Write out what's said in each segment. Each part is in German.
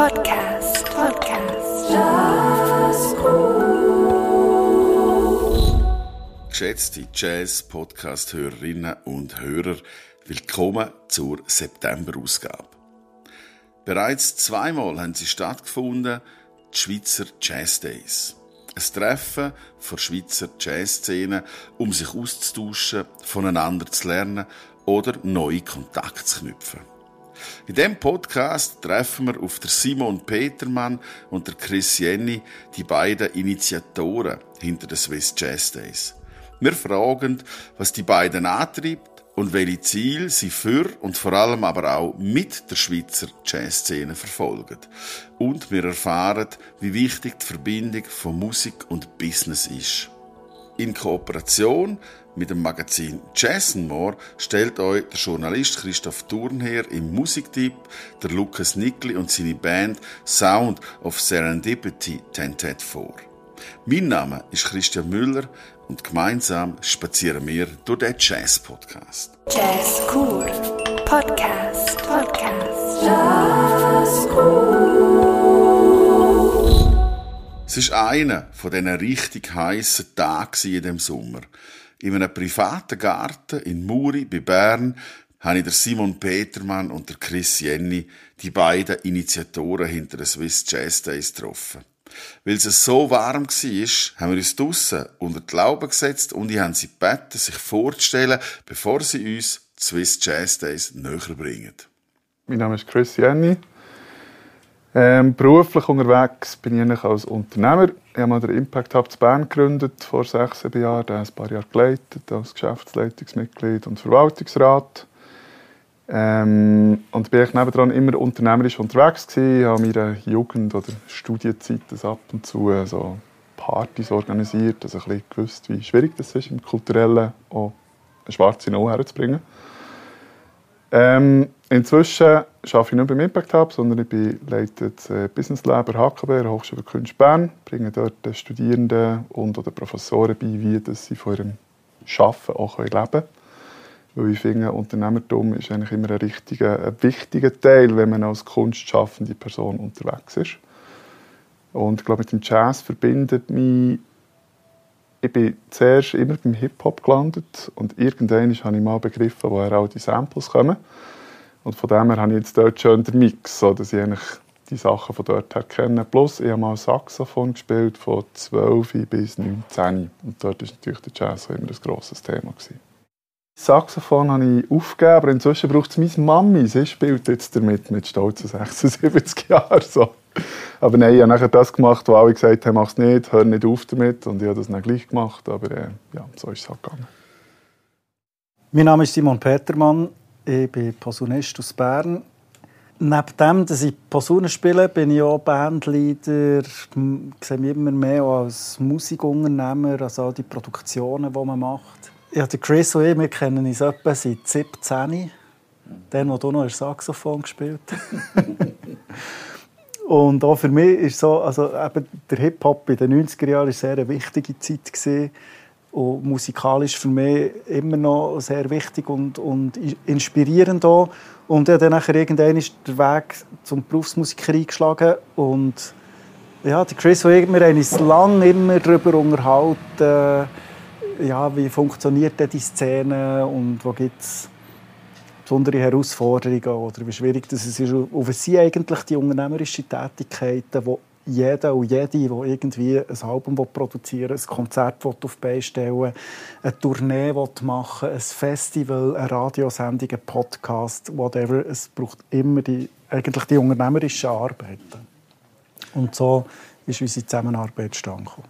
Podcast. Jazzcool. Geschätzte Jazz-Podcast-Hörerinnen und Hörer, willkommen zur September-Ausgabe. Bereits zweimal haben sie stattgefunden, die Schweizer Jazz Days. Ein Treffen der Schweizer Jazzszene, um sich auszutauschen, voneinander zu lernen oder neue Kontakte zu knüpfen. In diesem Podcast treffen wir auf der Simon Petermann und der Chris Jenny, die beiden Initiatoren hinter den Swiss Jazz Days. Wir fragen, was die beiden antreibt und welche Ziele sie für und vor allem aber auch mit der Schweizer Jazzszene verfolgen. Und wir erfahren, wie wichtig die Verbindung von Musik und Business ist. In Kooperation mit dem Magazin Jazz & More stellt euch der Journalist Christoph Thurnherr im Musiktipp, der Lukas Nickli und seine Band Sound of Serendipity Tentet vor. Mein Name ist Christian Müller und gemeinsam spazieren wir durch den Jazz-Podcast. Jazzcool. Podcast. Jazzcool. Es war einer von diesen richtig heissen Tagen in diesem Sommer. In einem privaten Garten in Muri bei Bern habe ich Simon Petermann und Chris Jenny, die beiden Initiatoren hinter den Swiss Jazz Days, getroffen. Weil es so warm war, haben wir uns draussen unter die Laube gesetzt und ich habe sie gebeten, sich vorzustellen, bevor sie uns die Swiss Jazz Days näher bringen. Mein Name ist Chris Jenny. Beruflich unterwegs bin ich eigentlich als Unternehmer. Ich habe mal den Impact Hub zu Bern gegründet, vor 6-7 Jahren. Den habe ich ein paar Jahre geleitet, als Geschäftsleitungsmitglied und Verwaltungsrat. Und bin ich nebendran immer unternehmerisch unterwegs gewesen. Ich habe in meiner Jugend- oder Studienzeit ab und zu so Partys organisiert. Also ein bisschen gewusst, wie schwierig das ist, im Kulturellen auch eine schwarze Null herzubringen. Inzwischen arbeite ich nicht mehr beim Impact Hub, sondern ich leite das Business Lab der HKB, der Hochschule für Kunst Bern, bringe dort den Studierenden und oder Professoren bei, wie sie von ihrem Arbeiten auch leben können. Weil ich finde, Unternehmertum ist eigentlich immer ein wichtiger Teil, wenn man als kunstschaffende Person unterwegs ist. Und ich glaube, mit dem Jazz verbindet mich. Ich bin zuerst immer beim Hip-Hop gelandet und irgendwann habe ich mal begriffen, woher all die Samples kommen. Und von dem her habe ich jetzt dort schön den Mix, so dass ich eigentlich die Sachen von dort her kenne. Plus, ich habe mal Saxophon gespielt, von 12 bis 19. Und dort war natürlich der Jazz immer ein grosses Thema. Saxophon habe ich aufgegeben, aber inzwischen braucht es meine Mami. Sie spielt jetzt damit mit stolzen 76 Jahren. So. Aber nein, ich habe nachher das gemacht, wo alle gesagt haben, mach es nicht, hör nicht auf damit. Und ich habe das dann gleich gemacht, aber ja, so ist es halt gegangen. Mein Name ist Simon Petermann, ich bin Posaunist aus Bern. Neben dem, dass ich Posaune spiele, bin ich auch Bandleader. Ich sehe mich immer mehr als Musikunternehmer, also all die Produktionen, die man macht. Ja, der Chris und ich, wir kennen uns etwa seit 17. Dann, wo du noch Saxophon gespielt hast. Und auch für mich ist so, also eben der Hip-Hop in den 90er Jahren war sehr eine wichtige Zeit gewesen. Und musikalisch für mich immer noch sehr wichtig und inspirierend auch. Und ja, dann nachher irgendwann ist der Weg zum Berufsmusiker eingeschlagen. Und ja, der Chris und ich, wir haben uns lange immer darüber unterhalten, ja, wie funktioniert denn die Szene und wo gibt es besondere Herausforderungen oder wie schwierig das ist. Und was sind eigentlich die unternehmerischen Tätigkeiten, die jeder und jede, die irgendwie ein Album produzieren will, ein Konzert auf die Beine stellen, eine Tournee machen will, ein Festival, eine Radiosendung, ein Podcast, whatever. Es braucht immer die unternehmerischen Arbeiten. Und so ist unsere Zusammenarbeit zustande gekommen.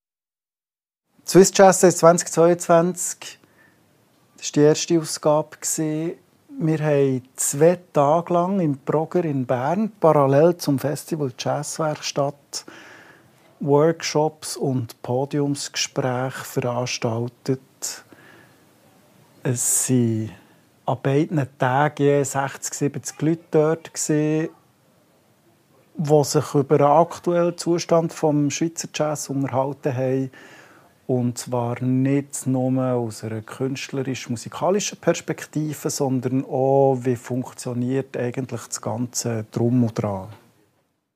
Swiss Jazz Days 2022 war die erste Ausgabe. Wir haben 2 Tage lang im Progr in Bern parallel zum Festival Jazzwerkstatt Workshops und Podiumsgespräche veranstaltet. Es waren an beiden Tagen 60-70 Leute dort, die sich über den aktuellen Zustand des Schweizer Jazz unterhalten haben. Und zwar nicht nur aus einer künstlerisch-musikalischen Perspektive, sondern auch, wie funktioniert eigentlich das Ganze Drum und Dran.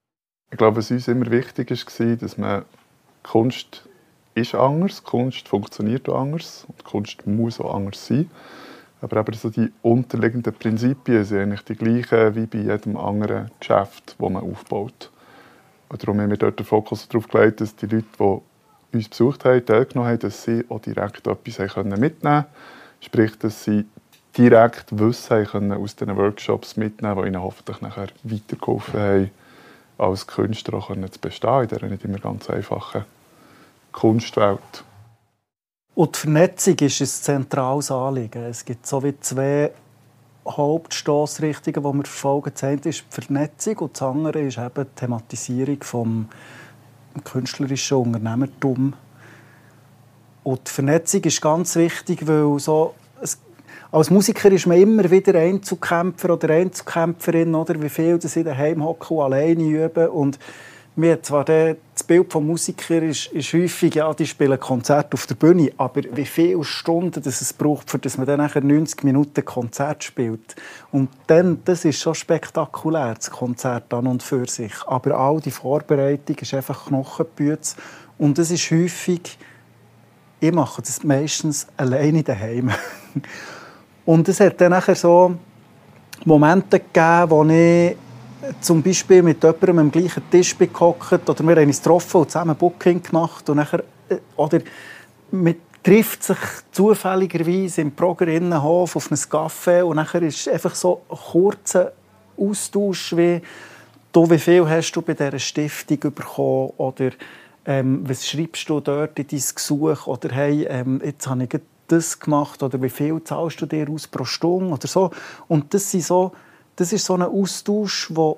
Ich glaube, was uns immer wichtig war, dass man Kunst ist anders, Kunst funktioniert auch anders und Kunst muss auch anders sein. Aber eben so die unterliegenden Prinzipien sind eigentlich die gleichen wie bei jedem anderen Geschäft, das man aufbaut. Und darum haben wir dort den Fokus darauf gelegt, dass die Leute, die uns besucht haben, teilgenommen haben, dass sie auch direkt etwas mitnehmen können. Sprich, dass sie direkt Wissen können aus diesen Workshops mitnehmen können, die ihnen hoffentlich nachher weitergeholfen haben, als Künstler auch zu bestehen in dieser nicht immer ganz einfachen Kunstwelt. Und die Vernetzung ist ein zentrales Anliegen. Es gibt so wie zwei Hauptstossrichtungen, die wir verfolgen. Das eine ist die Vernetzung und das andere ist eben die Thematisierung des künstlerischen Unternehmertums. Und die Vernetzung ist ganz wichtig, weil als Musiker ist man immer wieder Einzelkämpfer oder Einzelkämpferin, oder? Wie viel das in daheim hocken und alleine üben. Und mir zwar das Bild des Musikers ist häufig, ja, die spielen Konzerte auf der Bühne, aber wie viele Stunden es braucht, für dass man dann nachher 90 Minuten Konzert spielt. Und dann, das ist schon spektakulär, das Konzert an und für sich. Aber all die Vorbereitung ist einfach Knochenbüte. Und es ist häufig, ich mache das meistens alleine daheim. Und es hat dann nachher so Momente gegeben, wo ich zum Beispiel mit jemandem am gleichen Tisch gehockt oder wir haben uns getroffen und zusammen Booking gemacht und nachher, oder man trifft sich zufälligerweise im Progrerinnenhof auf einem Café und nachher ist einfach so ein kurzer Austausch wie «Du, wie viel hast du bei dieser Stiftung bekommen?» oder «Was schreibst du dort in dein Gesuch?» oder «Hey, jetzt habe ich das gemacht» oder «Wie viel zahlst du dir aus pro Stunde?» oder so. Und das ist so ein Austausch, der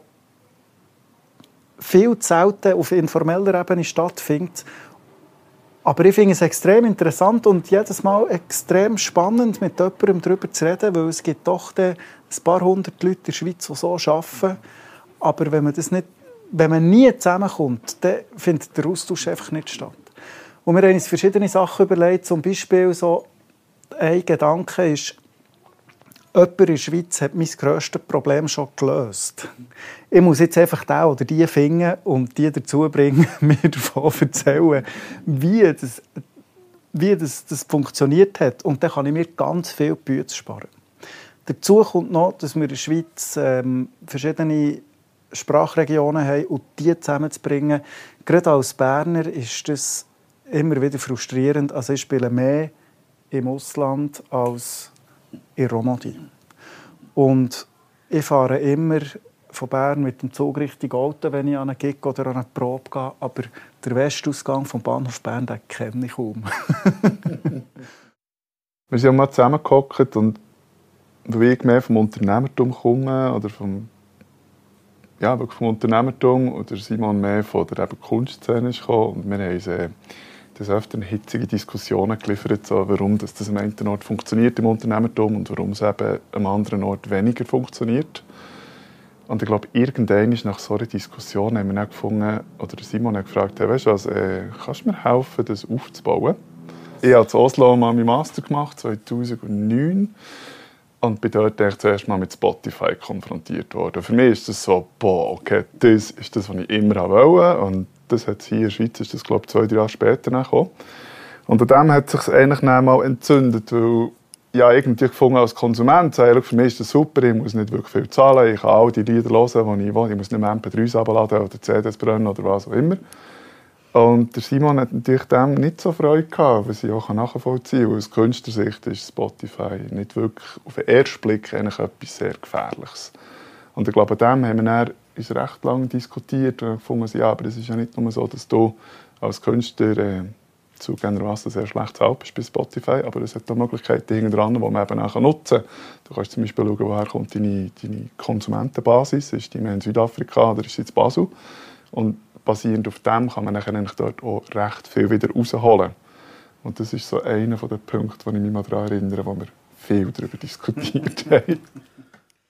viel zu selten auf informeller Ebene stattfindet. Aber ich finde es extrem interessant und jedes Mal extrem spannend, mit jemandem darüber zu reden, weil es gibt doch ein paar hundert Leute in der Schweiz, die so arbeiten. Aber wenn man nie zusammenkommt, dann findet der Austausch einfach nicht statt. Und wir haben uns verschiedene Sachen überlegt. Zum Beispiel so ein Gedanke ist, jemand in der Schweiz hat mein grösstes Problem schon gelöst. Ich muss jetzt einfach den oder die finden und die dazu bringen, mir davon erzählen, wie das funktioniert hat. Und dann kann ich mir ganz viel Bütze sparen. Dazu kommt noch, dass wir in der Schweiz verschiedene Sprachregionen haben und die zusammenzubringen. Gerade als Berner ist das immer wieder frustrierend. Also ich spiele mehr im Ausland als in Romandie. Und ich fahre immer von Bern mit dem Zug Richtung Olten, wenn ich an einen Gig oder an eine Probe gehe. Aber den Westausgang vom Bahnhof Bern, den kenne ich kaum. Wir sind mal zusammengehockt und weil ich mehr vom Unternehmertum komme, oder vom Unternehmertum, oder Simon mehr von der Kunstszene ist gekommen. Und wir haben uns des Öfteren hitzige Diskussionen geliefert, so, warum das am einen Ort funktioniert im Unternehmertum und warum es eben am anderen Ort weniger funktioniert. Und ich glaube, irgendwann nach so einer Diskussion haben wir dann gefunden, oder Simon hat gefragt, hey, weißt du was, kannst du mir helfen, das aufzubauen? Ich habe in Oslo mal meinen Master gemacht, 2009. Und bin dort zuerst mal mit Spotify konfrontiert worden. Für mich ist das so, okay, das ist das, was ich immer wollte. Und das hat hier in der Schweiz, ist das, glaube ich, 2-3 Jahre später gekommen. Und an dem hat es sich eigentlich mal entzündet, weil ja irgendwie gefunden als Konsument, für mich ist das super, ich muss nicht wirklich viel zahlen, ich kann all die Lieder hören, die ich will, ich muss nicht mehr MP3s abladen oder CDs brennen oder was auch immer. Und der Simon hat natürlich dem nicht so Freude gehabt, was ich auch nachvollziehen kann. Aus Künstlersicht ist Spotify nicht wirklich auf den ersten Blick eigentlich etwas sehr Gefährliches. Und ich glaube, an dem haben wir uns recht lange diskutiert und gefunden, ja, aber es ist ja nicht nur so, dass du als Künstler zugegebenermaßen sehr schlecht zahlt bist bei Spotify, aber es hat auch Möglichkeiten hinten dran, die man eben auch nutzen kann. Du kannst zum Beispiel schauen, woher kommt deine Konsumentenbasis, ist die mehr in Südafrika oder ist sie in Basel? Und basierend auf dem kann man eigentlich dort auch recht viel wieder rausholen. Und das ist so einer der Punkte, wo ich mich mal daran erinnere, wo wir viel darüber diskutiert haben.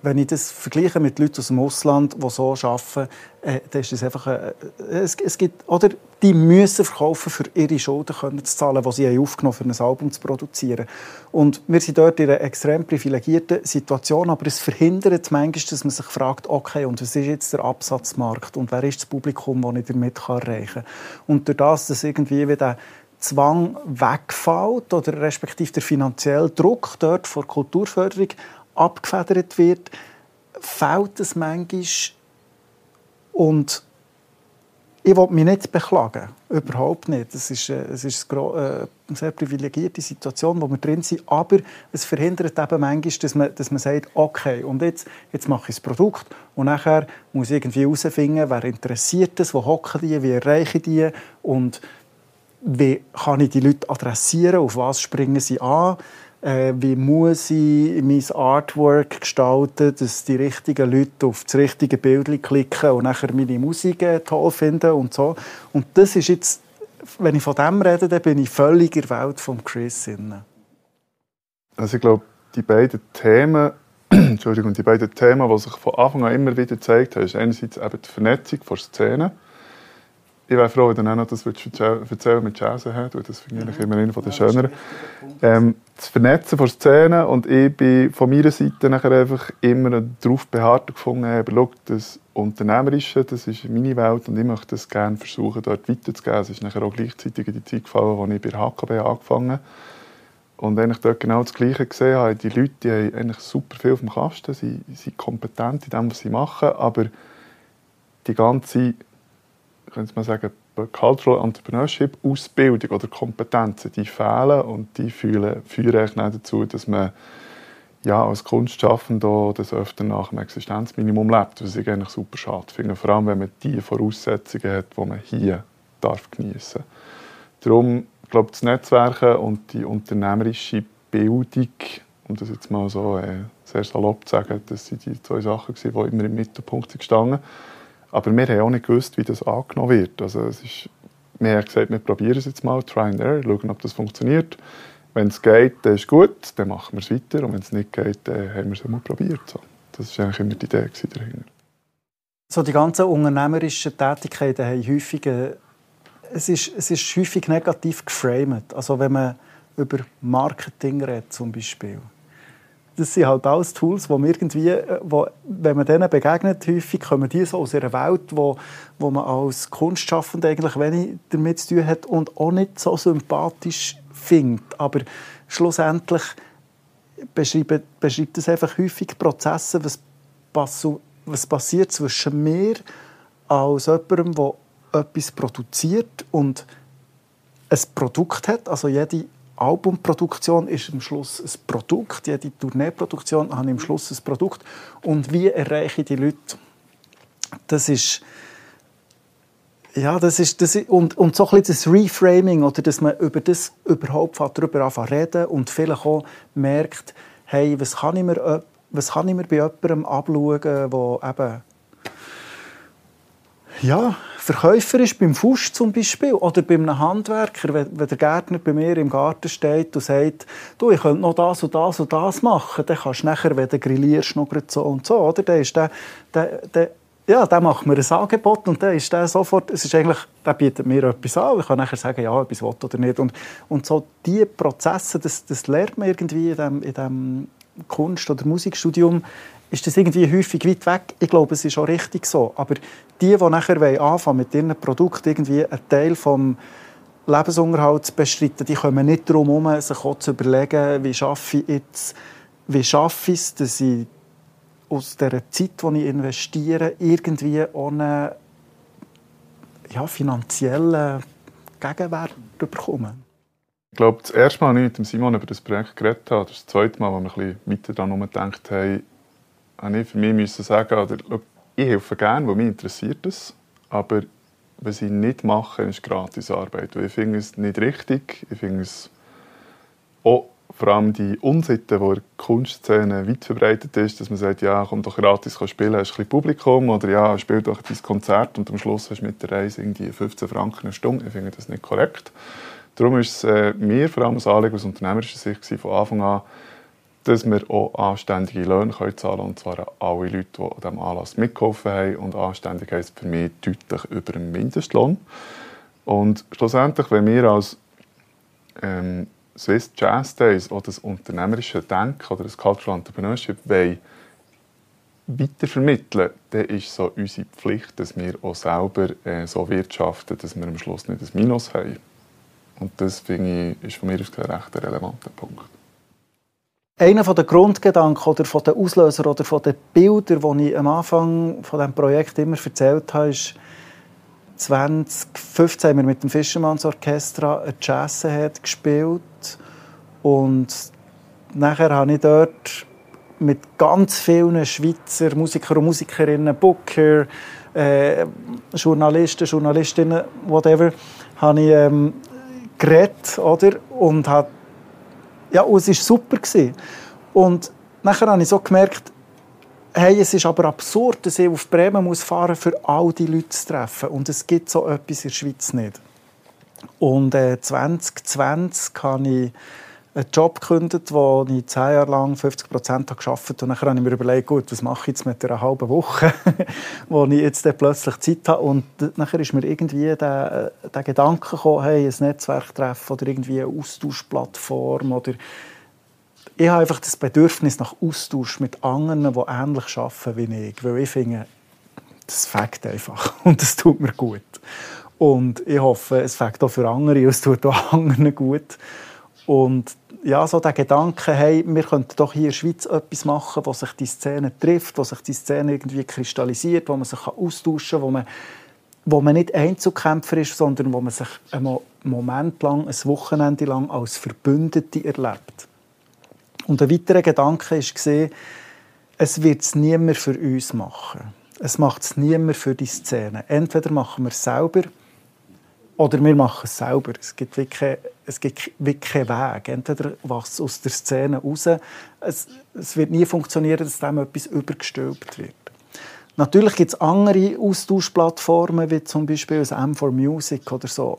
wenn ich das vergleiche mit Leuten aus dem Ausland, die so arbeiten, dann ist das einfach... es gibt, oder die müssen verkaufen, für ihre Schulden zu zahlen, die sie aufgenommen haben, für ein Album zu produzieren. Und wir sind dort in einer extrem privilegierten Situation, aber es verhindert manchmal, dass man sich fragt, okay, und was ist jetzt der Absatzmarkt und wer ist das Publikum, das ich damit erreichen kann. Und durch das, dass irgendwie wieder Zwang wegfällt oder respektive der finanzielle Druck dort vor Kulturförderung abgefedert wird, fehlt es manchmal. Und ich will mich nicht beklagen, überhaupt nicht. Es ist eine sehr privilegierte Situation, wo wir drin sind, aber es verhindert eben manchmal, dass man sagt, okay, und jetzt mache ich das Produkt und nachher muss ich irgendwie herausfinden, wer interessiert das, wo hocken die, wie erreiche ich die und wie kann ich die Leute adressieren, auf was springen sie an, wie muss ich mein Artwork gestalten, dass die richtigen Leute auf das richtige Bild klicken und nachher meine Musik toll finden und so. Und das ist jetzt, wenn ich von dem rede, dann bin ich völlig in der Welt von Chris. Also ich glaube, die beiden Themen, die sich von Anfang an immer wieder gezeigt haben, ist einerseits eben die Vernetzung der Szene. Ich wäre froh, wenn du auch noch das erzählen mit Jazz hast, das finde ich immer einer der schöneren. Das Vernetzen der Szene und ich bin von meiner Seite nachher einfach immer darauf beharrt gefunden, schau, das Unternehmerische, das ist meine Welt und ich möchte das gerne versuchen, dort weiterzugeben. Es ist nachher auch gleichzeitig in die Zeit gefallen, als ich bei der HKB angefangen habe. Und eigentlich dort genau das Gleiche gesehen habe. Die Leute, die haben eigentlich super viel auf dem Kasten, sie sind kompetent in dem, was sie machen, aber die ganze, könnte man sagen, Cultural Entrepreneurship Ausbildung oder Kompetenzen, die fehlen und die führen eigentlich dazu, dass man als Kunstschaffender das öfter nach dem Existenzminimum lebt, was ich eigentlich super schade finde, vor allem wenn man die Voraussetzungen hat, die man hier geniessen darf. Darum, ich glaube, das Netzwerken und die unternehmerische Bildung, um das jetzt mal so sehr salopp zu sagen, das sind die zwei Sachen, die immer im Mittelpunkt standen. Aber wir haben auch nicht gewusst, wie das angenommen wird. Also wir haben gesagt, wir probieren es jetzt mal, try and error, schauen, ob das funktioniert. Wenn es geht, dann ist gut, dann machen wir es weiter. Und wenn es nicht geht, dann haben wir es einmal probiert. So. Das war eigentlich immer die Idee dahinter. So die ganzen unternehmerischen Tätigkeiten haben häufig, es ist häufig negativ geframed. Also wenn man über Marketing redet zum Beispiel. Das sind halt alles Tools, die wenn man denen begegnet, häufig kommen die so aus einer Welt, wo man als Kunstschaffender eigentlich wenig damit zu tun hat und auch nicht so sympathisch findet. Aber schlussendlich beschreibt es einfach häufig Prozesse, was passiert zwischen mir als jemandem, der etwas produziert und ein Produkt hat, also jede Albumproduktion ist am Schluss ein Produkt, jede Tourneeproduktion hat am Schluss ein Produkt. Und wie erreiche ich die Leute? Das ist und so ein bisschen das Reframing, oder dass man über das überhaupt darüber reden und vielleicht auch merkt, hey, was kann ich mir bei jemandem abschauen, der eben Verkäufer ist, beim Fusch zum Beispiel, oder bei einem Handwerker, wenn der Gärtner bei mir im Garten steht und sagt, du, ich könnte noch das und das und das machen, dann kannst du nachher, wenn du grillierst, noch so und so, oder? Dann ist der macht mir ein Angebot und dann ist der sofort, der bietet mir etwas an, ich kann nachher sagen, ja, ob ich es will oder nicht. Und so diese Prozesse, das lernt man irgendwie in diesem Kunst- oder Musikstudium, ist das irgendwie häufig weit weg. Ich glaube, es ist auch richtig so. Aber die nachher anfangen mit ihren Produkten irgendwie einen Teil vom Lebensunterhalt zu bestreiten, die kommen nicht darum herum, sich auch zu überlegen, wie schaffe ich es, dass ich aus der Zeit, die ich investiere, irgendwie ohne finanziellen Gegenwert bekomme. Ich glaube, das erste Mal, als ich mit Simon über das Projekt geredet habe, das zweite Mal, als wir ein bisschen weiter daran gedacht haben, habe ich für mich sagen, ich helfe gerne, weil mich interessiert das, aber was ich nicht mache, ist Gratisarbeit. Ich finde es nicht richtig. Ich finde es auch vor allem die Unsitte, die in der Kunstszene weit verbreitet ist, dass man sagt, ja, komm doch gratis spielen, hast ein bisschen Publikum, oder ja, spiel doch dein Konzert und am Schluss hast du mit der Reise irgendwie 15 Franken eine Stunde. Ich finde das nicht korrekt. Darum ist es mir vor allem aus Anliegen aus unternehmerischer Sicht von Anfang an, dass wir auch anständige Löhne zahlen können, und zwar an alle Leute, die an diesem Anlass mitgeholfen haben. Und anständig heisst für mich deutlich über dem Mindestlohn. Und schlussendlich, wenn wir als Swiss Jazz Days oder das unternehmerische Denken oder das Cultural Entrepreneurship weitervermitteln, dann ist so unsere Pflicht, dass wir auch selber so wirtschaften, dass wir am Schluss nicht ein Minus haben. Und das, finde ich, ist von mir aus gesehen recht ein relevanter Punkt. Einer der Grundgedanken oder von den Auslöser oder von den Bildern, die ich am Anfang von diesem Projekt immer erzählt habe, ist 2015 haben wir mit dem Fischermanns Orchestra ein Jazz-Set gespielt. Und nachher habe ich dort mit ganz vielen Schweizer Musiker und Musikerinnen, Booker, Journalisten, Journalistinnen, whatever, habe ich geredet, oder? Und es war super. Und nachher habe ich so gemerkt, hey, es ist aber absurd, dass ich auf Bremen fahren muss, für all die Leute zu treffen. Und es gibt so etwas in der Schweiz nicht. Und 2020 habe ich einen Job gekündigt, wo ich 10 Jahre lang 50% gearbeitet habe. Und dann habe ich mir überlegt, gut, was mache ich jetzt mit einer halben Woche, wo ich jetzt plötzlich Zeit habe. Und nachher ist mir irgendwie der Gedanke gekommen, hey, ein Netzwerktreffen oder irgendwie eine Austauschplattform. Oder ich habe einfach das Bedürfnis nach Austausch mit anderen, die ähnlich arbeiten wie ich. Weil ich finde, das fängt einfach und es tut mir gut. Und ich hoffe, es fängt auch für andere und es tut auch anderen gut. Und ja, so der Gedanke, hey, wir könnten doch hier in der Schweiz etwas machen, wo sich die Szene trifft, wo sich die Szene irgendwie kristallisiert, wo man sich austauschen kann, wo man nicht Einzelkämpfer ist, sondern wo man sich einen Moment lang, ein Wochenende lang als Verbündete erlebt. Und ein weiterer Gedanke war, es wird es niemand für uns machen. Es macht es niemand für die Szene. Entweder machen wir es selber oder wir machen es selber. Es gibt wirklich keinen Weg. Entweder was aus der Szene raus. Es wird nie funktionieren, dass dem etwas übergestülpt wird. Natürlich gibt es andere Austauschplattformen, wie zum Beispiel das M4Music oder so,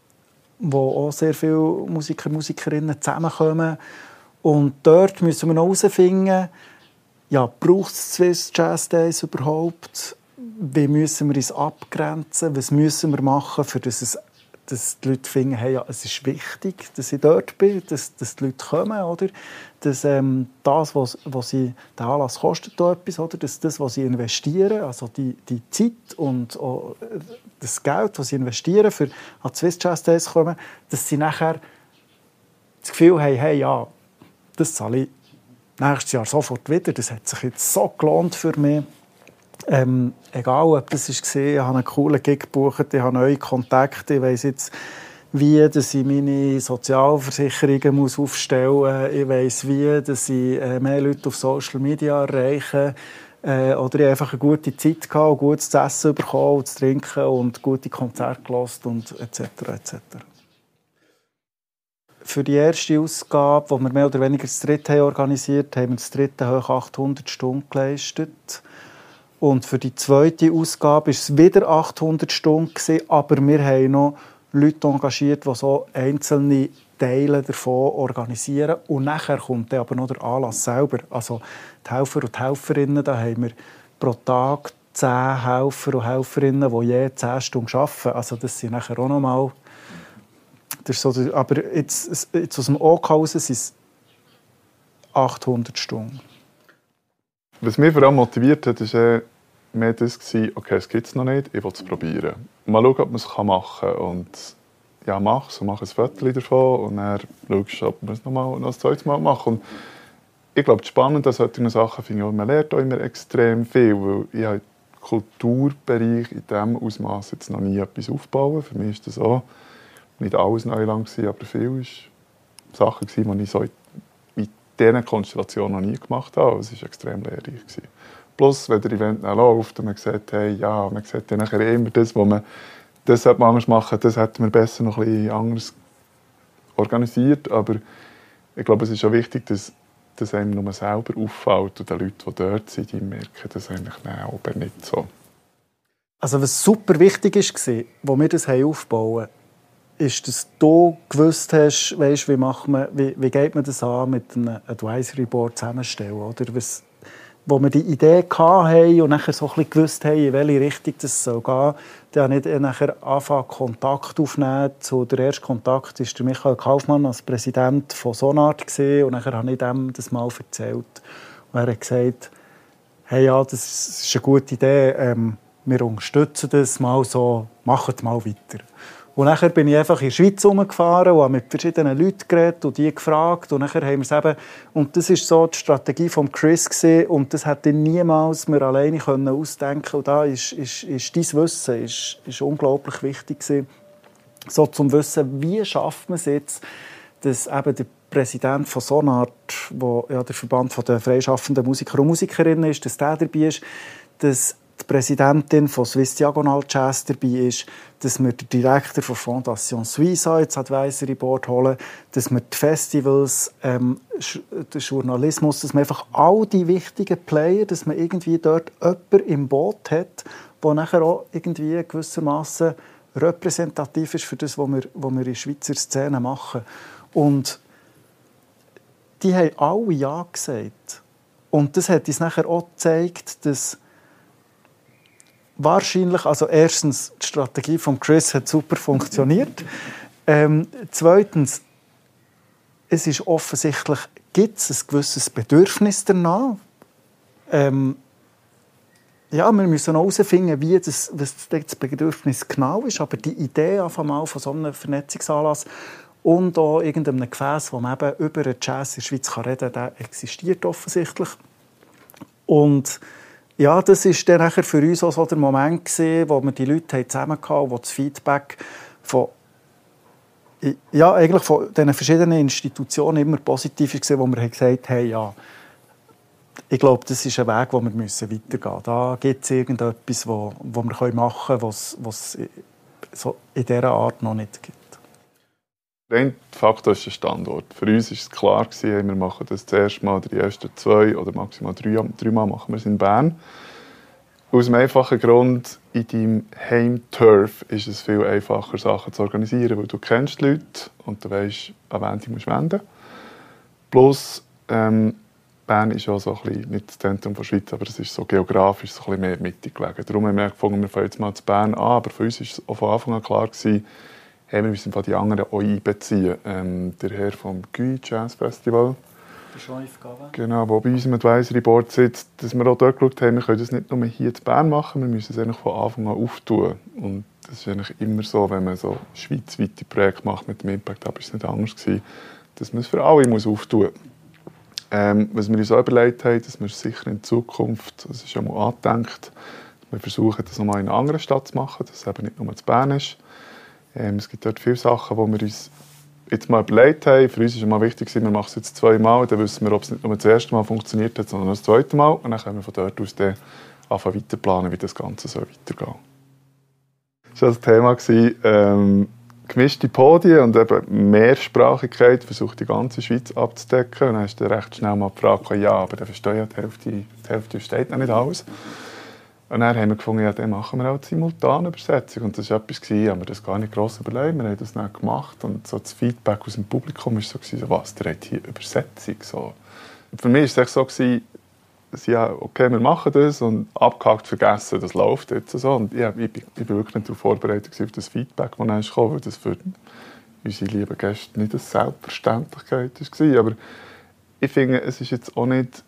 wo auch sehr viele Musiker und Musikerinnen zusammenkommen. Und dort müssen wir noch herausfinden, ja, braucht es Swiss Jazz Days überhaupt? Wie müssen wir uns abgrenzen? Was müssen wir machen, für dass die Leute finden, hey, ja, es ist wichtig, dass ich dort bin, dass die Leute kommen, oder? Dass das, was sie, der Anlass kostet da etwas, oder? Dass das, was sie investieren, also die Zeit und auch das Geld, das sie investieren, für an die Swiss Jazz Days zu kommen, dass sie nachher das Gefühl haben, hey, ja, das zahle ich nächstes Jahr sofort wieder. Das hat sich jetzt so gelohnt für mich. Egal, ob das war, ich habe einen coolen Gig gebucht, ich habe neue Kontakte, ich weiss jetzt, wie dass ich meine Sozialversicherungen aufstellen muss, ich weiss, wie dass ich mehr Leute auf Social Media erreiche, oder ich einfach eine gute Zeit gehabt, gutes Essen bekommen und zu trinken und gute Konzerte gehört und etc. etc. Für die erste Ausgabe, die wir mehr oder weniger das dritte organisiert haben, wir das dritte hoch 800 Stunden geleistet. Und für die zweite Ausgabe war es wieder 800 Stunden, aber wir haben noch Leute engagiert, die so einzelne Teile davon organisieren. Und nachher kommt dann aber noch der Anlass selber. Also die Helfer und die Helferinnen, da haben wir pro Tag 10 Helfer und Helferinnen, die je 10 Stunden arbeiten. Also das sind nachher auch noch mal... So, aber jetzt aus dem OK raus sind es 800 Stunden. Was mich vor allem motiviert hat, war mehr das, okay, es gibt es noch nicht, ich will es probieren. Mal schauen, ob man es machen kann. Und ja, mach es und mach ein Foto davon und dann schaust du, ob man es noch ein zweites Mal machen. Und ich glaube, das Spannende an solchen Sachen finde ich auch, man lernt auch immer extrem viel, weil ich habe im Kulturbereich in diesem Ausmaß jetzt noch nie etwas aufbauen. Für mich ist das auch nicht alles Neuland, aber viel waren Sachen, die ich so in dieser Konstellation noch nie gemacht habe. Es war extrem lehrreich. Plus, wenn der Event dann läuft und man sieht, hey, ja, man sieht dann nachher immer das, wo man das hätte man anders machen, das hätten wir besser noch ein bisschen anders organisiert. Aber ich glaube, es ist auch wichtig, dass einem nur selber auffällt und die Leute, die dort sind, die merken das eigentlich auch nicht so. Also was super wichtig war, als wir das aufbauen, ist, dass du gewusst hast, weißt, wie geht man das an mit einem Advisory Board zusammenstellen, oder? Wo wir die Idee hatten und nachher so ein bisschen gewusst haben, in welche Richtung das gehen soll, dann habe ich nachher angefangen, Kontakt aufzunehmen. Der erste Kontakt war der Michael Kaufmann als Präsident von Sonart und nachher habe ich ihm das mal erzählt. Und er hat gesagt, hey, ja, das ist eine gute Idee, wir unterstützen das mal so, macht mal weiter. Und nachher bin ich einfach in der Schweiz herumgefahren und habe mit verschiedenen Leuten geredet und die gefragt. Und nachher haben wir es eben, und das war so die Strategie von Chris gewesen, und das hätte ich niemals mir alleine ausdenken können. Und da ist dein Wissen ist unglaublich wichtig gewesen. So zum Wissen, wie schafft man es jetzt, dass eben der Präsident von Sonart, der ja der Verband der freischaffenden Musiker und Musikerinnen ist, dass der dabei ist, dass die Präsidentin von Swiss Diagonal Jazz dabei ist, dass wir den Direktor von Fondation Suisse ins Advisory Board holen, dass wir die Festivals, den Journalismus, dass man einfach all die wichtigen Player, dass man irgendwie dort jemanden im Boot hat, der nachher auch irgendwie gewissermaßen repräsentativ ist für das, was wir in der Schweizer Szene machen. Und die haben alle Ja gesagt. Und das hat uns nachher auch gezeigt, dass wahrscheinlich, also erstens, die Strategie von Chris hat super funktioniert. Zweitens, es ist offensichtlich, gibt es ein gewisses Bedürfnis danach. Ja, wir müssen noch herausfinden, was das Bedürfnis genau ist, aber die Idee von so einem Vernetzungsanlass und auch irgendeinem Gefäß, wo man eben über den Jazz in der Schweiz reden kann, der existiert offensichtlich. Und ja, das war dann nachher für uns auch so der Moment gewesen, wo wir die Leute zusammen hatten, wo das Feedback von diesen verschiedenen Institutionen immer positiv war, wo wir gesagt haben, hey, ja, ich glaube, das ist ein Weg, wo wir weitergehen müssen. Da gibt es irgendetwas, was wir machen können, was es so in dieser Art noch nicht gibt. Der Faktor ist der Standort. Für uns war es klar, wir machen das zuerst mal, die ersten 2 oder maximal 3 Mal machen wir es in Bern. Aus dem einfachen Grund, in deinem Heimturf ist es viel einfacher, Sachen zu organisieren, weil du kennst die Leute und du weißt, an wen du wenden musst. Plus, Bern ist auch so ein bisschen, nicht das Zentrum der Schweiz, aber es ist so geografisch so ein bisschen mehr mittig gelegen. Darum haben wir gefunden, wir fangen jetzt mal zu Bern an, aber für uns war es auch von Anfang an klar, wir müssen die anderen auch einbeziehen. Der Herr vom GUI Jazz Festival, genau, der bei uns im Advisory Board sitzt, dass wir auch dort geschaut haben, wir können das nicht nur hier in Bern machen, wir müssen es eigentlich von Anfang an auftun. Und das ist eigentlich immer so, wenn man so schweizweite Projekte macht mit dem Impact Hub, ist es nicht anders gewesen, dass man es für alle auftun muss. Was wir uns auch überlegt haben, dass wir sicher in Zukunft, das ist ja mal angedenkt, wir versuchen, das nochmal in einer anderen Stadt zu machen, dass es eben nicht nur in Bern ist. Es gibt dort viele Sachen, die wir uns jetzt mal überlegt haben. Für uns ist es mal wichtig, wir machen es jetzt 2 Mal, dann wissen wir, ob es nicht nur das erste Mal funktioniert hat, sondern das 2. Mal. Und dann können wir von dort aus anfangen weiter planen, wie das Ganze weitergehen soll. Das war das Thema, gemischte Podien und eben Mehrsprachigkeit, versucht die ganze Schweiz abzudecken. Und dann hast du recht schnell mal gefragt, ja, aber dann verstehe ja die Hälfte versteht noch nicht alles. Und dann haben wir gefunden, ja, dann machen wir auch die Simultanübersetzung. Und das war etwas, haben wir das gar nicht gross überlegt. Wir haben das dann gemacht. Und so das Feedback aus dem Publikum war so, was, der hat hier Übersetzung. So. Und für mich war es echt so, ja, okay, wir machen das und abgehakt vergessen, das läuft jetzt so. Und ich bin wirklich nicht darauf vorbereitet auf das Feedback, das dann kam, weil das für unsere lieben Gäste nicht eine Selbstverständlichkeit war. Aber ich finde, es ist jetzt auch nicht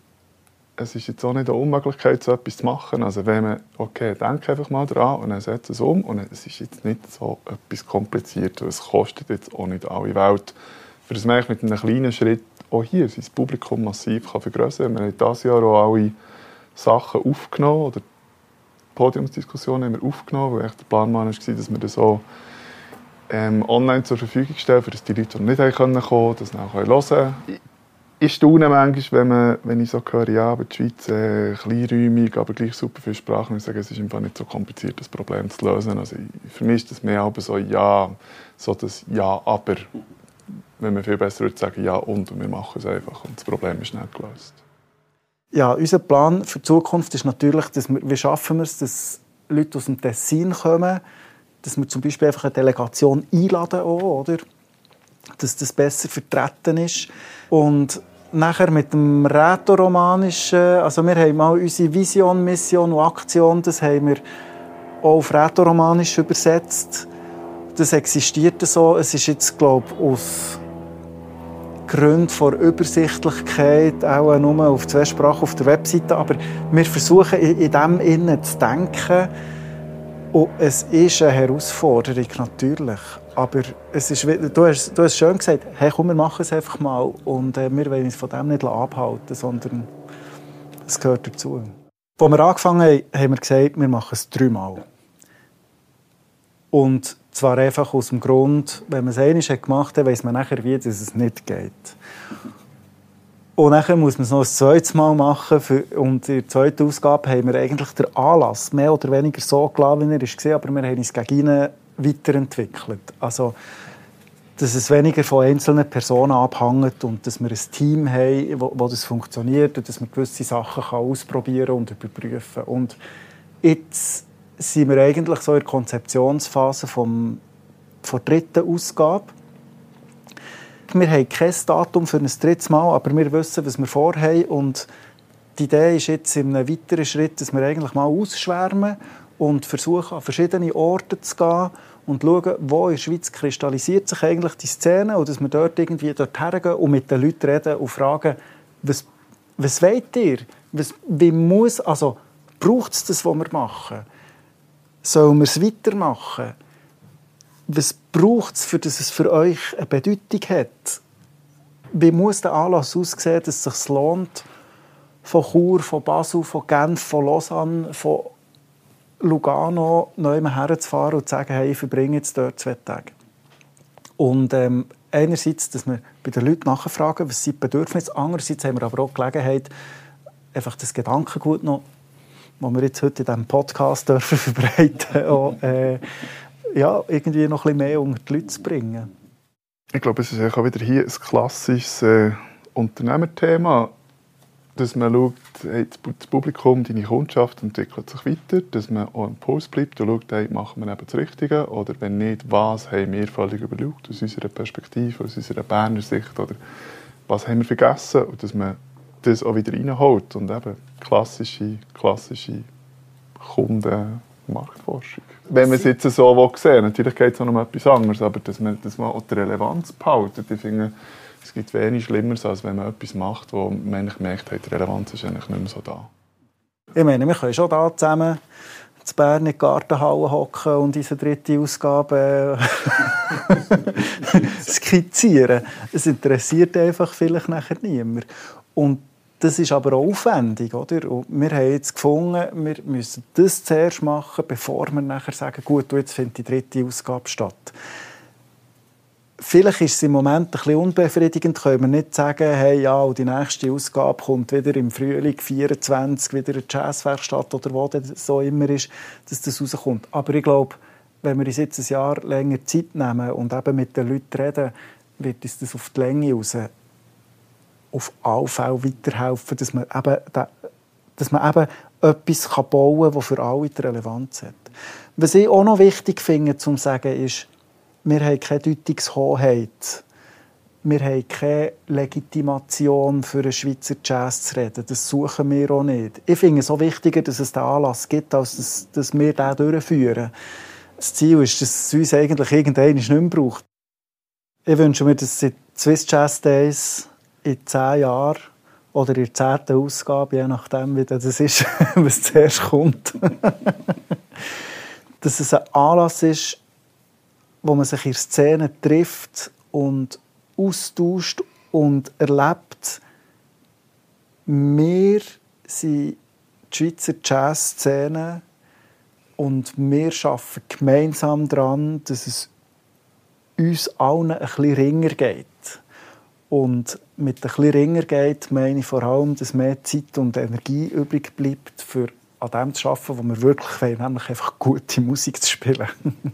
eine Unmöglichkeit, so etwas zu machen. Also wenn man, okay, denke einfach mal dran und dann setze es um. Und es ist jetzt nicht so etwas kompliziert. Es kostet jetzt auch nicht alle Welt. Für das man mit einem kleinen Schritt auch hier sein Publikum massiv vergrößern kann. Wir haben dieses Jahr auch alle Sachen aufgenommen, oder die Podiumsdiskussionen haben wir aufgenommen, weil der Plan war, dass wir das auch online zur Verfügung stellen, für die Leute, die nicht kommen konnten, das auch hören können. Ich staune manchmal, wenn ich so höre, ja, aber die Schweiz kleinräumig, aber gleich super viele Sprachen. Ich sage, es ist einfach nicht so kompliziert, das Problem zu lösen. Also, für mich ist das mehr so, ja, so das Ja, aber. Wenn man viel besser würde sagen, ja und wir machen es einfach und das Problem ist nicht gelöst. Ja, unser Plan für die Zukunft ist natürlich, dass wir schaffen es, dass Leute aus dem Tessin kommen, dass wir zum Beispiel einfach eine Delegation einladen auch, oder? Dass das besser vertreten ist. Und nachher mit dem Rätoromanischen, also wir haben mal unsere Vision, Mission und Aktion, das haben wir auch auf Rätoromanisch übersetzt. Das existiert so. Es ist jetzt, glaube ich, aus Gründen der Übersichtlichkeit auch nur auf 2 Sprachen auf der Webseite. Aber wir versuchen in dem Innen zu denken. Und es ist eine Herausforderung, natürlich. Aber es ist, du hast schön gesagt, hey, komm, wir machen es einfach mal. Und wir wollen uns von dem nicht abhalten, sondern es gehört dazu. Als wir angefangen haben, haben wir gesagt, wir machen es 3 Mal. Und zwar einfach aus dem Grund, wenn man es einmal gemacht hat, weiss man nachher, wie dass es nicht geht. Und nachher muss man es noch ein zweites Mal machen. Und in der zweiten Ausgabe haben wir eigentlich den Anlass mehr oder weniger so gelassen, wie er war, aber wir haben uns gegen ihn weiterentwickelt. Also, dass es weniger von einzelnen Personen abhängt und dass wir ein Team haben, wo das funktioniert und dass man gewisse Sachen ausprobieren und überprüfen kann. Und jetzt sind wir eigentlich so in der Konzeptionsphase der 3. Ausgabe. Wir haben kein Datum für ein 3. Mal, aber wir wissen, was wir vorhaben. Und die Idee ist jetzt in einem weiteren Schritt, dass wir eigentlich mal ausschwärmen und versuchen, an verschiedene Orte zu gehen und schauen, wo in der Schweiz kristallisiert sich eigentlich die Szene und dass wir dort irgendwie dorthin gehen und mit den Leuten reden und fragen, was wollt ihr? Braucht es das, was wir machen? Sollen wir es weitermachen? Was braucht es, dass es für euch eine Bedeutung hat? Wie muss der Anlass aussehen, dass es sich lohnt, von Chur, von Basel, von Genf, von Lausanne, von Lugano neu herzufahren und zu sagen, hey, ich verbringe jetzt dort 2 Tage. Und einerseits, dass wir bei den Leuten nachfragen, was sind die Bedürfnisse. Andererseits haben wir aber auch die Gelegenheit, einfach das Gedankengut noch, das wir jetzt heute in diesem Podcast dürfen verbreiten, auch, irgendwie noch ein bisschen mehr unter die Leute zu bringen. Ich glaube, es ist auch wieder hier ein klassisches Unternehmerthema, dass man schaut, hey, das Publikum, deine Kundschaft entwickelt sich weiter, dass man auch im Puls bleibt und schaut, hey, machen wir eben das Richtige oder wenn nicht, was haben wir völlig überlegt aus unserer Perspektive, aus unserer Berner Sicht oder was haben wir vergessen und dass man das auch wieder reinholt und eben klassische Kundenmarktforschung. Wenn man es jetzt so sehen, natürlich geht es auch um etwas anderes, aber dass man auch die Relevanz behaltet. Ich finde, es gibt wenig Schlimmeres, als wenn man etwas macht, wo man eigentlich merkt, die Relevanz ist eigentlich nicht mehr so da. Ich meine, wir können schon da zusammen in Bern in die Gartenhalle hocken und unsere 3. Ausgabe skizzieren. Es interessiert einfach vielleicht nachher niemand. Und das ist aber auch aufwendig, oder? Und wir haben jetzt gefunden, wir müssen das zuerst machen, bevor wir nachher sagen, gut, jetzt findet die 3. Ausgabe statt. Vielleicht ist es im Moment ein bisschen unbefriedigend, können wir nicht sagen, hey, ja, und die nächste Ausgabe kommt wieder im Frühling 24, wieder eine Jazzwerkstatt oder wo das so immer ist, dass das rauskommt. Aber ich glaube, wenn wir uns jetzt ein Jahr länger Zeit nehmen und eben mit den Leuten reden, wird uns das auf die Länge raus auf alle Fälle weiterhelfen, dass man eben etwas bauen kann, das für alle die Relevanz hat. Was ich auch noch wichtig finde, zu sagen, ist, wir haben keine Deutungshoheit. Wir haben keine Legitimation für einen Schweizer Jazz zu reden. Das suchen wir auch nicht. Ich finde es auch wichtiger, dass es den Anlass gibt, als dass wir den durchführen. Das Ziel ist, dass es uns eigentlich irgendwann nicht mehr braucht. Ich wünsche mir, dass die Swiss Jazz Days in 10 Jahren oder in der 10. Ausgabe, je nachdem, wie das ist, was zuerst kommt, dass es ein Anlass ist, wo man sich in der Szene trifft und austauscht und erlebt. Wir sind die Schweizer Jazzszene und wir arbeiten gemeinsam daran, dass es uns allen ein bisschen ringer geht. Und mit ein bisschen ringer geht, meine ich vor allem, dass mehr Zeit und Energie übrig bleibt, für an dem zu arbeiten, wo wir wirklich wollen, nämlich einfach gute Musik zu spielen.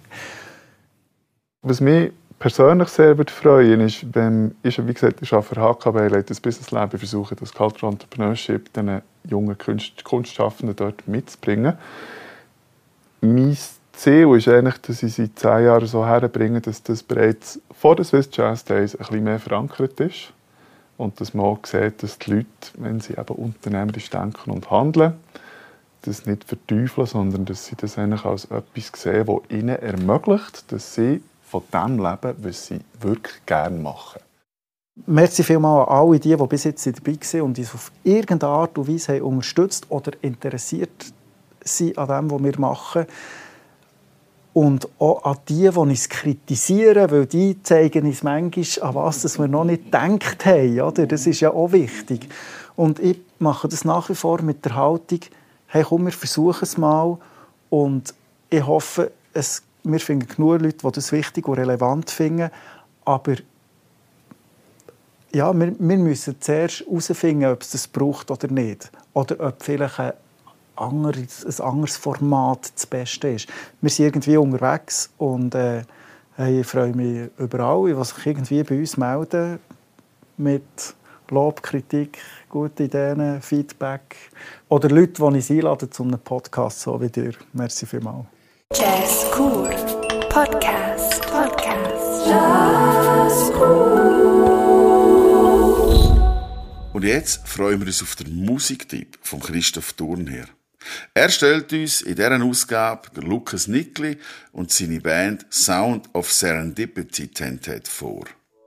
Was mich persönlich sehr freuen ist, wie gesagt, ich arbeite für HKB, leite das Business Lab, ich versuche das Cultural Entrepreneurship den jungen Kunstschaffenden dort mitzubringen. Mein Ziel ist eigentlich, dass ich seit 10 Jahren so herbringe, dass das bereits vor den Swiss Jazz Days ein bisschen mehr verankert ist. Und dass man auch sieht, dass die Leute, wenn sie eben unternehmerisch denken und handeln, das nicht verteufeln, sondern dass sie das eigentlich als etwas sehen, das ihnen ermöglicht, dass sie von dem leben, was sie wirklich gerne machen. Merci vielmals an alle, die bis jetzt dabei waren und uns auf irgendeine Art und Weise haben unterstützt oder interessiert sind an dem, was wir machen. Und auch an die uns kritisieren, weil die zeigen uns manchmal, an was wir noch nicht gedacht haben. Oder? Das ist ja auch wichtig. Und ich mache das nach wie vor mit der Haltung, hey, komm, wir versuchen es mal. Und ich hoffe, wir finden genug Leute, die das wichtig und relevant finden. Aber ja, wir müssen zuerst herausfinden, ob es das braucht oder nicht. Oder ob vielleicht ein anderes Format das Beste ist. Wir sind irgendwie unterwegs und ich freue mich über alle, die sich irgendwie bei uns melden mit Lob, Kritik, gute Ideen, Feedback oder Leute, die uns einladen zu einem Podcast, so wie dir. Merci vielmals. Jazzcore Podcast. Jazzcore. Und jetzt freuen wir uns auf den Musiktipp von Christoph Thurnherr. Er stellt uns in dieser Ausgabe der Lukas Nickli und seine Band Sound of Serendipity Tentet vor.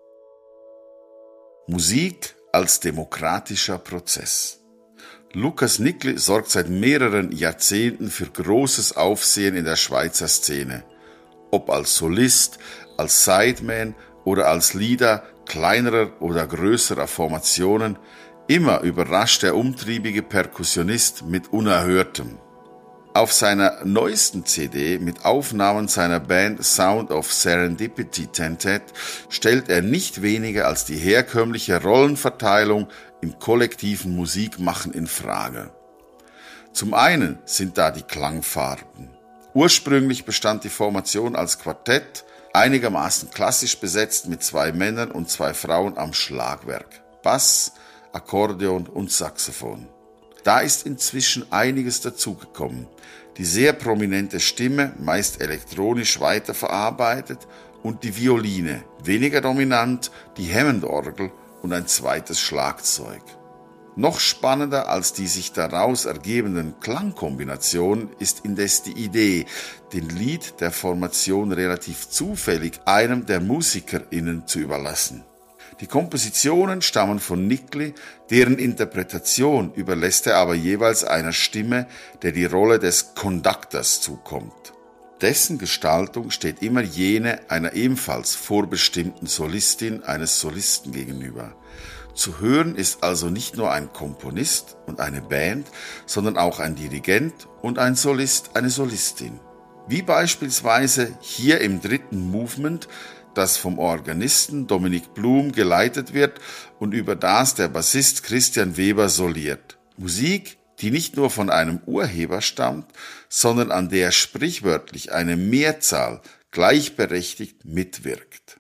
Musik als demokratischer Prozess. Lukas Nickli sorgt seit mehreren Jahrzehnten für großes Aufsehen in der Schweizer Szene. Ob als Solist, als Sideman oder als Leader kleinerer oder größerer Formationen, immer überrascht der umtriebige Perkussionist mit Unerhörtem. Auf seiner neuesten CD mit Aufnahmen seiner Band Sound of Serendipity Tentet stellt er nicht weniger als die herkömmliche Rollenverteilung im kollektiven Musikmachen in Frage. Zum einen sind da die Klangfarben. Ursprünglich bestand die Formation als Quartett, einigermaßen klassisch besetzt mit 2 Männern und 2 Frauen am Schlagwerk, Bass, Akkordeon und Saxophon. Da ist inzwischen einiges dazugekommen. Die sehr prominente Stimme, meist elektronisch weiterverarbeitet, und die Violine, weniger dominant, die Hammond-Orgel und ein zweites Schlagzeug. Noch spannender als die sich daraus ergebenden Klangkombinationen ist indes die Idee, den Lead der Formation relativ zufällig einem der MusikerInnen zu überlassen. Die Kompositionen stammen von Nickli, deren Interpretation überlässt er aber jeweils einer Stimme, der die Rolle des Conductors zukommt. Dessen Gestaltung steht immer jene einer ebenfalls vorbestimmten Solistin, eines Solisten gegenüber. Zu hören ist also nicht nur ein Komponist und eine Band, sondern auch ein Dirigent und ein Solist, eine Solistin. Wie beispielsweise hier im 3. Movement, das vom Organisten Dominik Blum geleitet wird und über das der Bassist Christian Weber soliert. Musik, die nicht nur von einem Urheber stammt, sondern an der sprichwörtlich eine Mehrzahl gleichberechtigt mitwirkt.